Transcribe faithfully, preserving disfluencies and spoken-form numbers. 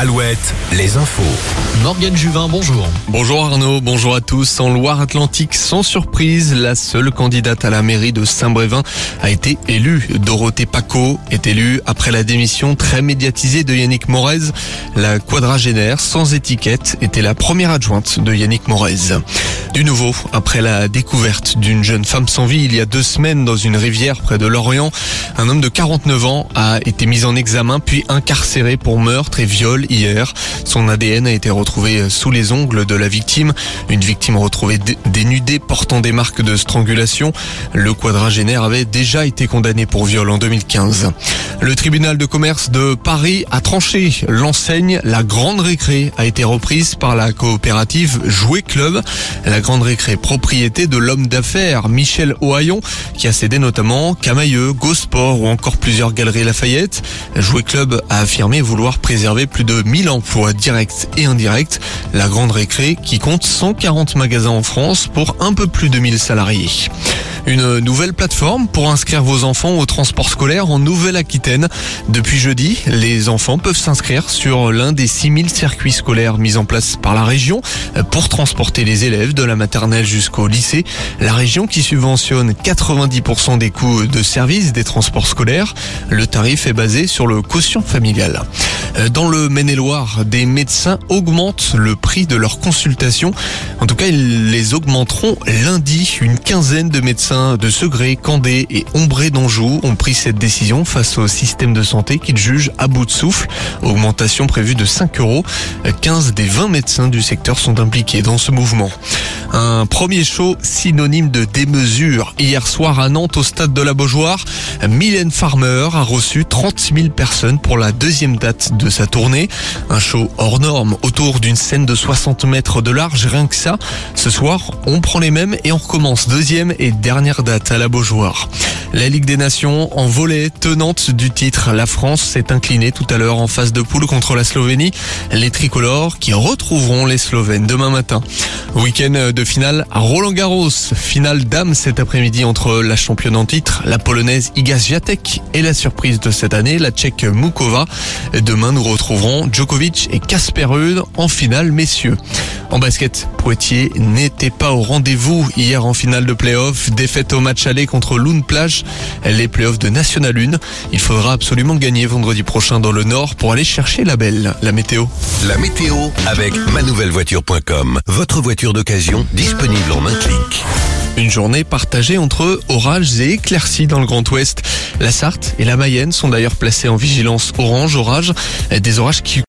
Alouette, les infos. Morgane Juvin, bonjour. Bonjour Arnaud, bonjour à tous. En Loire-Atlantique, sans surprise, la seule candidate à la mairie de Saint-Brévin a été élue. Dorothée Pacaud est élue après la démission très médiatisée de Yannick Morez. La quadragénaire, sans étiquette, était la première adjointe de Yannick Morez. Du nouveau, après la découverte d'une jeune femme sans vie il y a deux semaines dans une rivière près de Lorient, un homme de quarante-neuf ans a été mis en examen puis incarcéré pour meurtre et viol hier. Son A D N a été retrouvé sous les ongles de la victime. Une victime retrouvée dénudée portant des marques de strangulation. Le quadragénaire avait déjà été condamné pour viol en deux mille quinze. Le tribunal de commerce de Paris a tranché. L'enseigne La Grande Récré a été reprise par la coopérative Jouet Club. La Grande Récré, propriété de l'homme d'affaires Michel Ohaillon, qui a cédé notamment Camailleux, Go-Sport ou encore plusieurs galeries Lafayette. Jouet Club a affirmé vouloir préserver plus de mille emplois directs et indirects. La Grande Récré, qui compte cent quarante magasins en France pour un peu plus de mille salariés. Une nouvelle plateforme pour inscrire vos enfants au transport scolaire en Nouvelle-Aquitaine. Depuis jeudi, les enfants peuvent s'inscrire sur l'un des six mille circuits scolaires mis en place par la région pour transporter les élèves de la maternelle jusqu'au lycée. La région qui subventionne quatre-vingt-dix pour cent des coûts de service des transports scolaires. Le tarif est basé sur le quotient familial. Dans le Maine-et-Loire, des médecins augmentent le prix de leurs consultations. En tout cas, ils les augmenteront lundi. Une quinzaine de médecins de Segré, Candé et Ombré d'Anjou ont pris cette décision face au système de santé qu'ils jugent à bout de souffle. Augmentation prévue de cinq euros. quinze des vingt médecins du secteur sont impliqués dans ce mouvement. Un premier show synonyme de démesure. Hier soir à Nantes, au stade de la Beaujoire, Mylène Farmer a reçu trente mille personnes pour la deuxième date de sa tournée. Un show hors norme autour d'une scène de soixante mètres de large, rien que ça. Ce soir, on prend les mêmes et on recommence deuxième et dernière date à la Beaujoire. La Ligue des Nations en volley, tenante du titre. La France s'est inclinée tout à l'heure en phase de poule contre la Slovénie. Les tricolores qui retrouveront les Slovènes demain matin. Week-end de finale à Roland-Garros. Finale dames cet après-midi entre la championne en titre, la polonaise Iga Świątek, et la surprise de cette année, la tchèque Mukova. Demain, nous retrouverons Djokovic et Casper Ruud en finale messieurs. En basket, Poitiers n'était pas au rendez-vous hier en finale de play-off. Défaite au match aller contre Loun Plage. Les play-offs de National un. Il faudra absolument gagner vendredi prochain dans le Nord pour aller chercher la belle. La météo. La météo avec manouvel voiture point com. Votre voiture d'occasion disponible en un clic. Une journée partagée entre orages et éclaircies dans le Grand Ouest. La Sarthe et la Mayenne sont d'ailleurs placées en vigilance orange orage. Des orages qui